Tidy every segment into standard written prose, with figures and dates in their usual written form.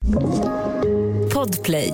Podplay.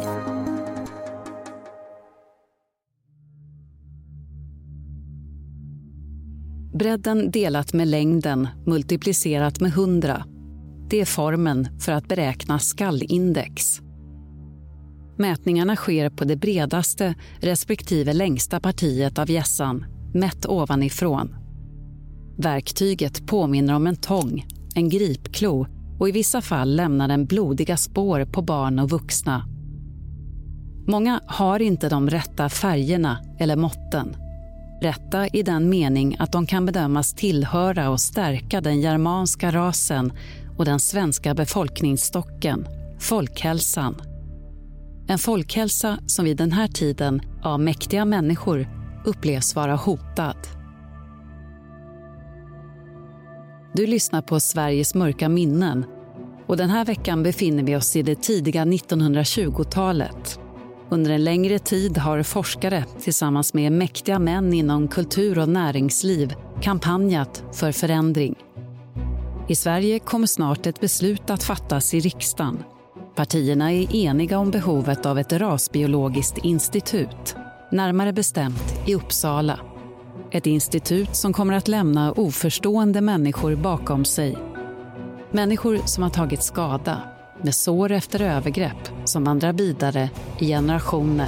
Bredden delat med längden multiplicerat med 100. Det är formeln för att beräkna skallindex. Mätningarna sker på det bredaste respektive längsta partiet av hjässan, mätt ovanifrån. Verktyget påminner om en tång, en gripklo och i vissa fall lämnar den blodiga spår på barn och vuxna. Många har inte de rätta färgerna eller måtten. Rätta i den mening att de kan bedömas tillhöra och stärka den germanska rasen och den svenska befolkningsstocken, folkhälsan. En folkhälsa som vid den här tiden av mäktiga människor upplevs vara hotad. Du lyssnar på Sveriges mörka minnen och den här veckan befinner vi oss i det tidiga 1920-talet. Under en längre tid har forskare tillsammans med mäktiga män inom kultur och näringsliv kampanjat för förändring. I Sverige kommer snart ett beslut att fattas i riksdagen. Partierna är eniga om behovet av ett rasbiologiskt institut, närmare bestämt i Uppsala. Ett institut som kommer att lämna oförstående människor bakom sig. Människor som har tagit skada, med sår efter övergrepp som vandrar vidare i generationer.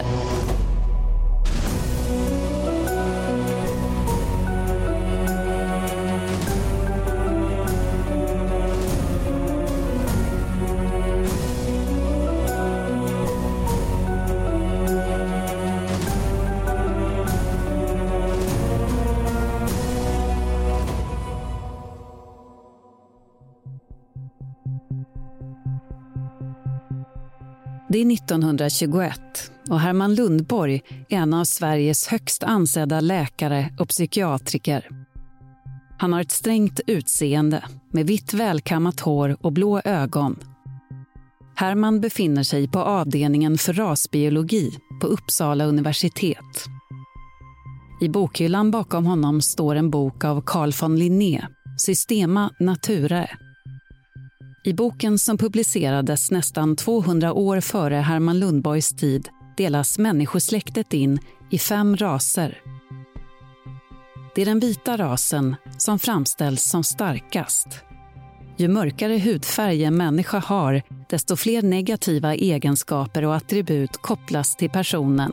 Det är 1921 och Herman Lundborg är en av Sveriges högst ansedda läkare och psykiatriker. Han har ett strängt utseende med vitt välkammat hår och blå ögon. Herman befinner sig på avdelningen för rasbiologi på Uppsala universitet. I bokhyllan bakom honom står en bok av Carl von Linné, Systema Naturae. I boken som publicerades nästan 200 år före Herman Lundborgs tid delas människosläktet in i 5 raser. Det är den vita rasen som framställs som starkast. Ju mörkare hudfärg en människa har, desto fler negativa egenskaper och attribut kopplas till personen.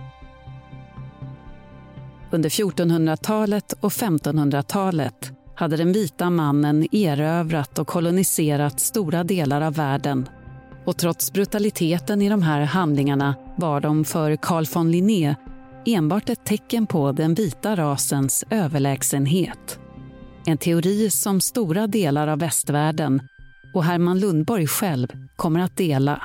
Under 1400-talet och 1500-talet hade den vita mannen erövrat och koloniserat stora delar av världen. Och trots brutaliteten i de här handlingarna var de för Carl von Linné enbart ett tecken på den vita rasens överlägsenhet. En teori som stora delar av västvärlden och Herman Lundborg själv kommer att dela.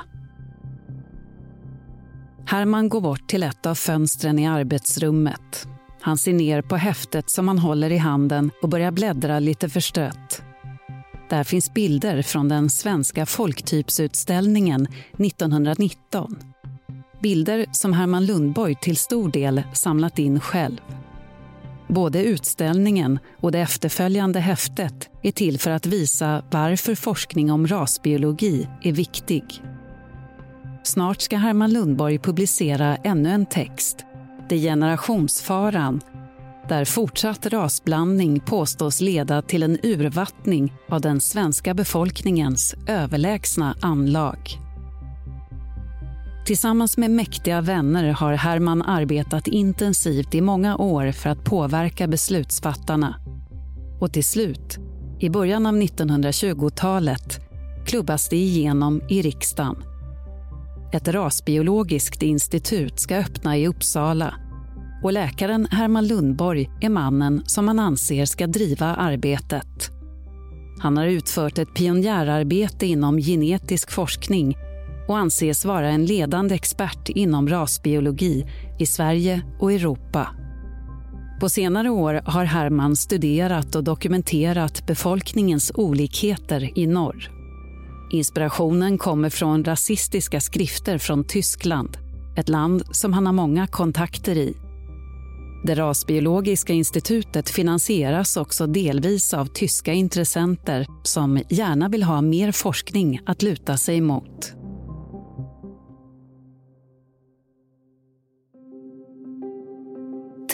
Herman går bort till ett av fönstren i arbetsrummet. Han ser ner på häftet som han håller i handen och börjar bläddra lite förstrött. Där finns bilder från den svenska folktypsutställningen 1919. Bilder som Herman Lundborg till stor del samlat in själv. Både utställningen och det efterföljande häftet är till för att visa varför forskning om rasbiologi är viktig. Snart ska Herman Lundborg publicera ännu en text, Degenerationsfaran, där fortsatt rasblandning påstås leda till en urvattning av den svenska befolkningens överlägsna anlag. Tillsammans med mäktiga vänner har Herman arbetat intensivt i många år för att påverka beslutsfattarna. Och till slut, i början av 1920-talet, klubbas det igenom i riksdagen. Ett rasbiologiskt institut ska öppna i Uppsala och läkaren Herman Lundborg är mannen som man anser ska driva arbetet. Han har utfört ett pionjärarbete inom genetisk forskning och anses vara en ledande expert inom rasbiologi i Sverige och Europa. På senare år har Herman studerat och dokumenterat befolkningens olikheter i norr. Inspirationen kommer från rasistiska skrifter från Tyskland, ett land som han har många kontakter i. Det rasbiologiska institutet finansieras också delvis av tyska intressenter som gärna vill ha mer forskning att luta sig mot.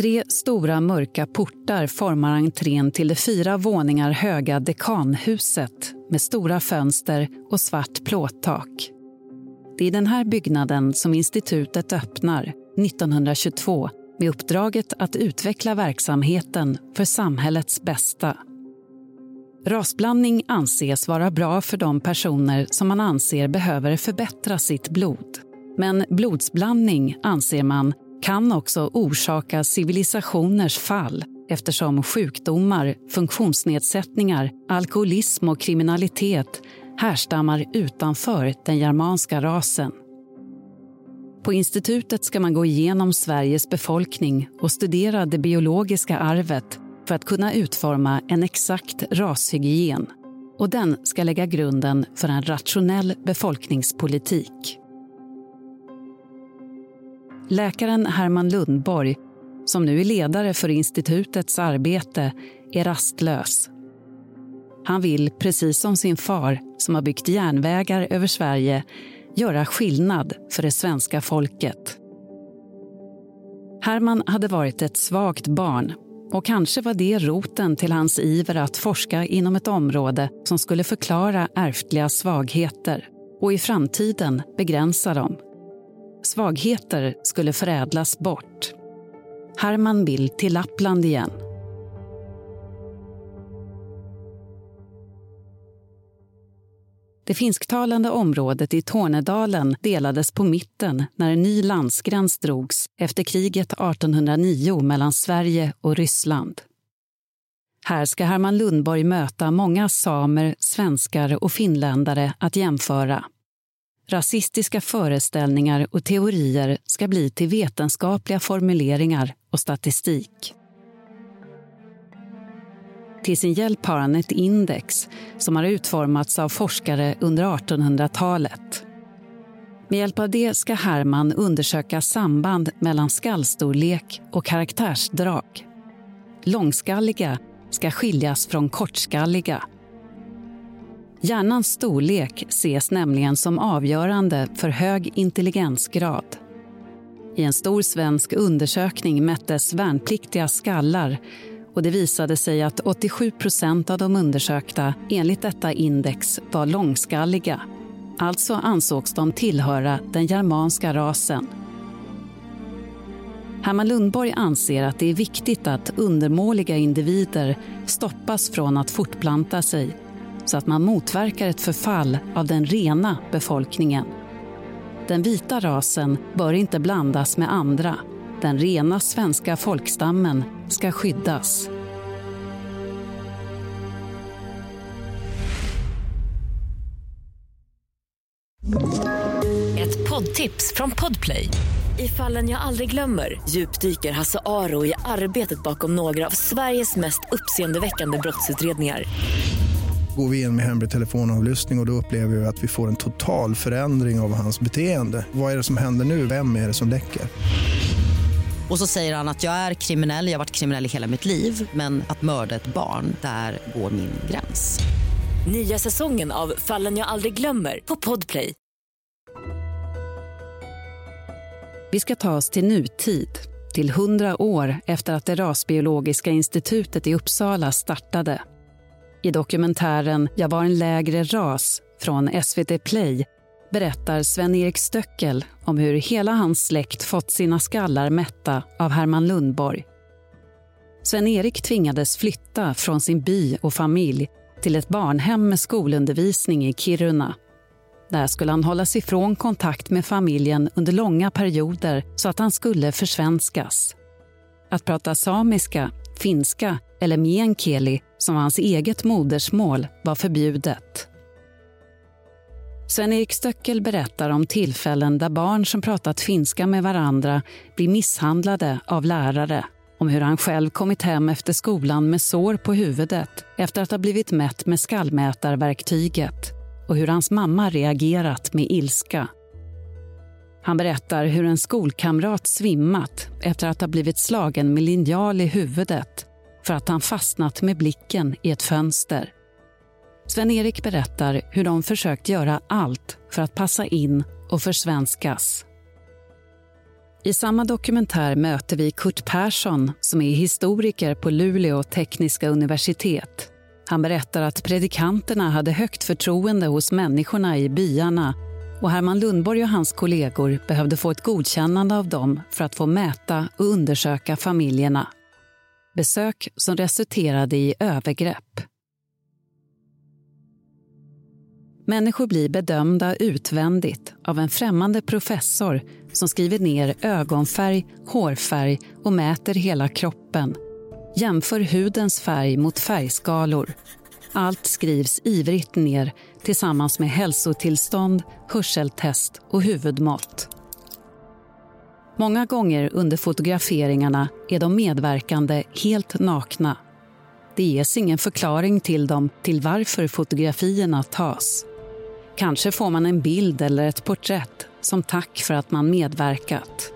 3 stora mörka portar formar entrén till det 4 våningar höga dekanhuset med stora fönster och svart plåttak. Det är i den här byggnaden som institutet öppnar 1922 med uppdraget att utveckla verksamheten för samhällets bästa. Rasblandning anses vara bra för de personer som man anser behöver förbättra sitt blod. Men blodsblandning, anser man, kan också orsaka civilisationers fall eftersom sjukdomar, funktionsnedsättningar, alkoholism och kriminalitet härstammar utanför den germanska rasen. På institutet ska man gå igenom Sveriges befolkning och studera det biologiska arvet för att kunna utforma en exakt rashygien. Och den ska lägga grunden för en rationell befolkningspolitik. Läkaren Herman Lundborg, som nu är ledare för institutets arbete, är rastlös. Han vill, precis som sin far som har byggt järnvägar över Sverige, göra skillnad för det svenska folket. Herman hade varit ett svagt barn och kanske var det roten till hans iver att forska inom ett område som skulle förklara ärftliga svagheter och i framtiden begränsa dem. Svagheter skulle förädlas bort. Herman vill till Lappland igen. Det finsktalande området i Tornedalen delades på mitten när en ny landsgräns drogs efter kriget 1809 mellan Sverige och Ryssland. Här ska Herman Lundborg möta många samer, svenskar och finländare att jämföra. Rasistiska föreställningar och teorier ska bli till vetenskapliga formuleringar och statistik. Till sin hjälp har han ett index som har utformats av forskare under 1800-talet. Med hjälp av det ska Herman undersöka samband mellan skallstorlek och karaktärsdrag. Långskalliga ska skiljas från kortskalliga. Hjärnans storlek ses nämligen som avgörande för hög intelligensgrad. I en stor svensk undersökning mättes värnpliktiga skallar och det visade sig att 87% av de undersökta enligt detta index var långskalliga. Alltså ansågs de tillhöra den germanska rasen. Herman Lundborg anser att det är viktigt att undermåliga individer stoppas från att fortplanta sig så att man motverkar ett förfall av den rena befolkningen. Den vita rasen bör inte blandas med andra. Den rena svenska folkstammen ska skyddas. Ett poddtips från Podplay. I Fallen jag aldrig glömmer djupdyker Hasse Aro i arbetet bakom några av Sveriges mest uppseendeväckande brottsutredningar. Går vi in med hemlig telefonavlyssning och då upplever vi att vi får en total förändring av hans beteende. Vad är det som händer nu? Vem är det som läcker? Och så säger han att jag är kriminell, jag har varit kriminell i hela mitt liv. Men att mörda ett barn, där går min gräns. Nya säsongen av Fallen jag aldrig glömmer på Podplay. Vi ska ta oss till nutid, till 100 år efter att det rasbiologiska institutet i Uppsala startade. I dokumentären Jag var en lägre ras från SVT Play berättar Sven-Erik Stöckel om hur hela hans släkt fått sina skallar mätta av Herman Lundborg. Sven-Erik tvingades flytta från sin by och familj till ett barnhem med skolundervisning i Kiruna. Där skulle han hållas ifrån kontakt med familjen under långa perioder så att han skulle försvenskas. Att prata samiska, finska eller meänkieli som hans eget modersmål var förbjudet. Sven-Erik Stöckel berättar om tillfällen där barn som pratat finska med varandra blir misshandlade av lärare. Om hur han själv kommit hem efter skolan med sår på huvudet efter att ha blivit mätt med skallmätarverktyget. Och hur hans mamma reagerat med ilska. Han berättar hur en skolkamrat svimmat efter att ha blivit slagen med linjal i huvudet för att han fastnat med blicken i ett fönster. Sven-Erik berättar hur de försökt göra allt för att passa in och försvenskas. I samma dokumentär möter vi Kurt Persson som är historiker på Luleå tekniska universitet. Han berättar att predikanterna hade högt förtroende hos människorna i byarna och Herman Lundborg och hans kollegor behövde få ett godkännande av dem för att få mäta och undersöka familjerna. Besök som resulterade i övergrepp. Människor blir bedömda utvändigt av en främmande professor som skriver ner ögonfärg, hårfärg och mäter hela kroppen. Jämför hudens färg mot färgskalor. Allt skrivs ivrigt ner tillsammans med hälsotillstånd, hörseltest och huvudmått. Många gånger under fotograferingarna är de medverkande helt nakna. Det ges ingen förklaring till dem till varför fotografierna tas. Kanske får man en bild eller ett porträtt som tack för att man medverkat.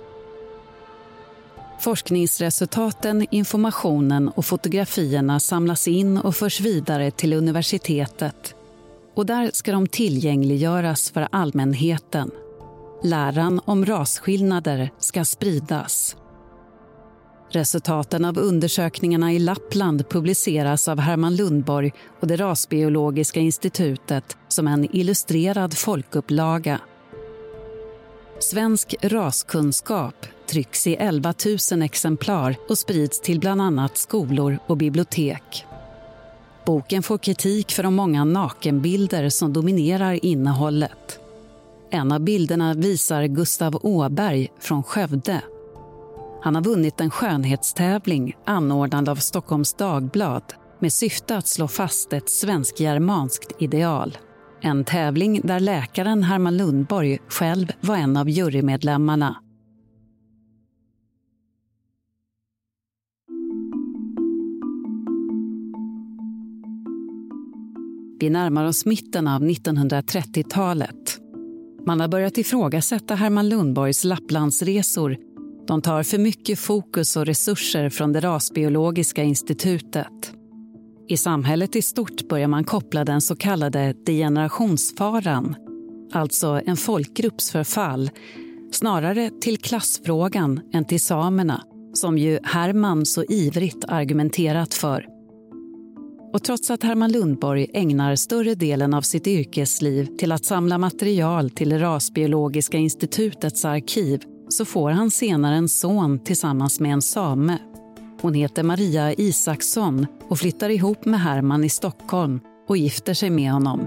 Forskningsresultaten, informationen och fotografierna samlas in och förs vidare till universitetet. Och där ska de tillgängliggöras för allmänheten. Läran om rasskillnader ska spridas. Resultaten av undersökningarna i Lappland publiceras av Herman Lundborg och det rasbiologiska institutet som en illustrerad folkupplaga. Svensk raskunskap trycks i 11 000 exemplar och sprids till bland annat skolor och bibliotek. Boken får kritik för de många nakenbilder som dominerar innehållet. En av bilderna visar Gustav Åberg från Skövde. Han har vunnit en skönhetstävling anordnad av Stockholms Dagblad med syfte att slå fast ett svensk-germanskt ideal. En tävling där läkaren Herman Lundborg själv var en av jurymedlemmarna. Vi närmar oss mitten av 1930-talet. Man har börjat ifrågasätta Herman Lundborgs Lapplandsresor. De tar för mycket fokus och resurser från det rasbiologiska institutet. I samhället i stort börjar man koppla den så kallade degenerationsfaran, alltså en folkgruppsförfall, snarare till klassfrågan än till samerna, som ju Herman så ivrigt argumenterat för. Och trots att Herman Lundborg ägnar större delen av sitt yrkesliv till att samla material till det rasbiologiska institutets arkiv så får han senare en son tillsammans med en same. Hon heter Maria Isaksson och flyttar ihop med Herman i Stockholm och gifter sig med honom.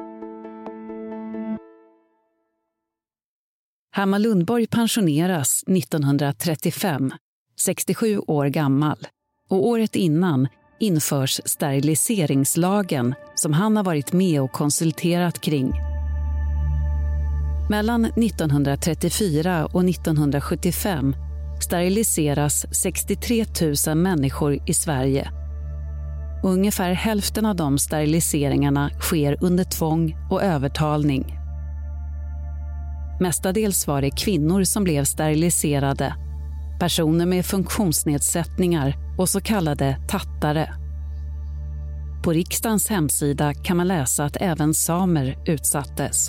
Herman Lundborg pensioneras 1935, 67 år gammal, och året innan införs steriliseringslagen som han har varit med och konsulterat kring. Mellan 1934 och 1975 steriliseras 63 000 människor i Sverige. Och ungefär hälften av de steriliseringarna sker under tvång och övertalning. Mestadels var det kvinnor som blev steriliserade, personer med funktionsnedsättningar och så kallade tattare. På riksdagens hemsida kan man läsa att även samer utsattes.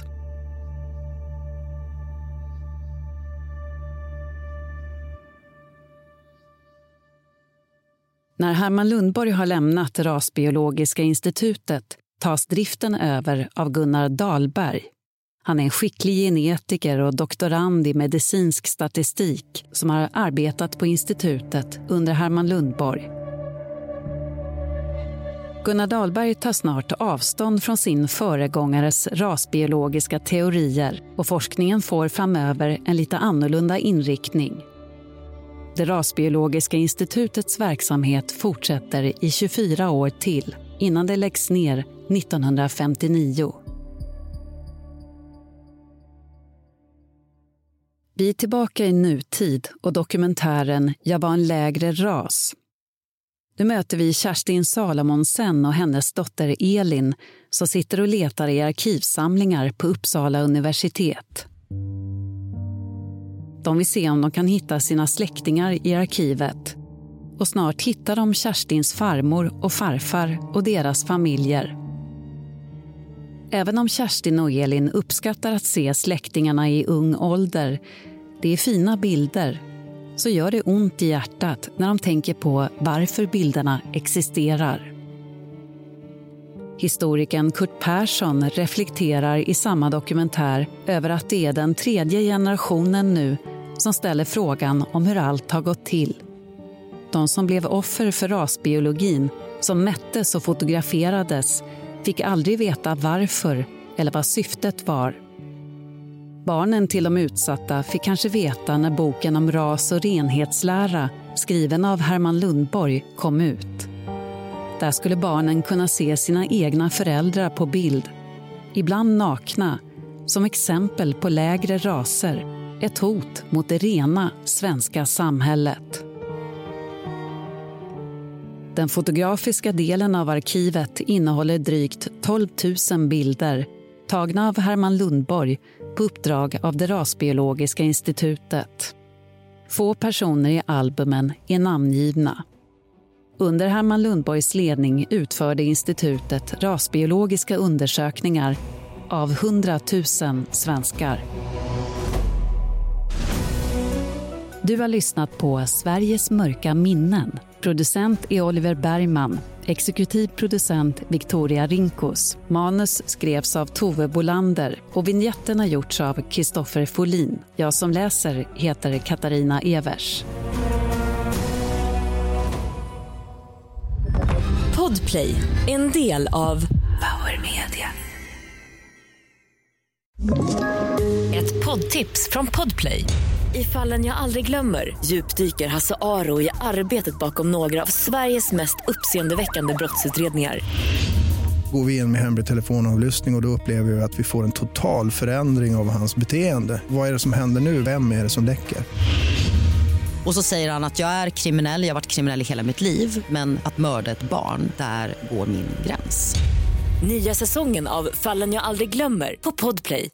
När Herman Lundborg har lämnat Rasbiologiska institutet tas driften över av Gunnar Dahlberg. Han är en skicklig genetiker och doktorand i medicinsk statistik som har arbetat på institutet under Herman Lundborg. Gunnar Dahlberg tar snart avstånd från sin föregångares rasbiologiska teorier och forskningen får framöver en lite annorlunda inriktning. Det rasbiologiska institutets verksamhet fortsätter i 24 år till innan det läggs ner 1959. Vi är tillbaka i nutid och dokumentären Jag var en lägre ras. Nu möter vi Kerstin Salomonsen och hennes dotter Elin som sitter och letar i arkivsamlingar på Uppsala universitet. De vill se om de kan hitta sina släktingar i arkivet. Och snart hittar de Kerstins farmor och farfar och deras familjer. Även om Kerstin och Elin uppskattar att se släktingarna i ung ålder det är fina bilder, så gör det ont i hjärtat när de tänker på varför bilderna existerar. Historikern Curt Persson reflekterar i samma dokumentär över att det är den 3:e generationen nu som ställer frågan om hur allt har gått till. De som blev offer för rasbiologin, som mättes och fotograferades, fick aldrig veta varför eller vad syftet var. Barnen till de utsatta fick kanske veta när boken om ras- och renhetslära, skriven av Herman Lundborg, kom ut. Där skulle barnen kunna se sina egna föräldrar på bild, ibland nakna, som exempel på lägre raser, ett hot mot det rena svenska samhället. Den fotografiska delen av arkivet innehåller drygt 12 000 bilder tagna av Herman Lundborg på uppdrag av det rasbiologiska institutet. Få personer i albumen är namngivna. Under Herman Lundborgs ledning utförde institutet rasbiologiska undersökningar av 100 000 svenskar. Du har lyssnat på Sveriges mörka minnen. Producent är Oliver Bergman. Exekutiv producent Victoria Rinkos. Manus skrevs av Tove Bolander och vignetten har gjorts av Kristoffer Folin. Jag som läser heter Katarina Evers. Podplay, en del av Power Media. Ett poddtips från Podplay. I fallen jag aldrig glömmer djupdyker Hasse Aro i arbetet bakom några av Sveriges mest uppseendeväckande brottsutredningar. Går vi in med hemlig telefonavlyssning och då upplever vi att vi får en total förändring av hans beteende. Vad är det som händer nu? Vem är det som läcker? Och så säger han att jag är kriminell, jag har varit kriminell i hela mitt liv. Men att mörda ett barn, där går min gräns. Nya säsongen av Fallen jag aldrig glömmer på Podplay.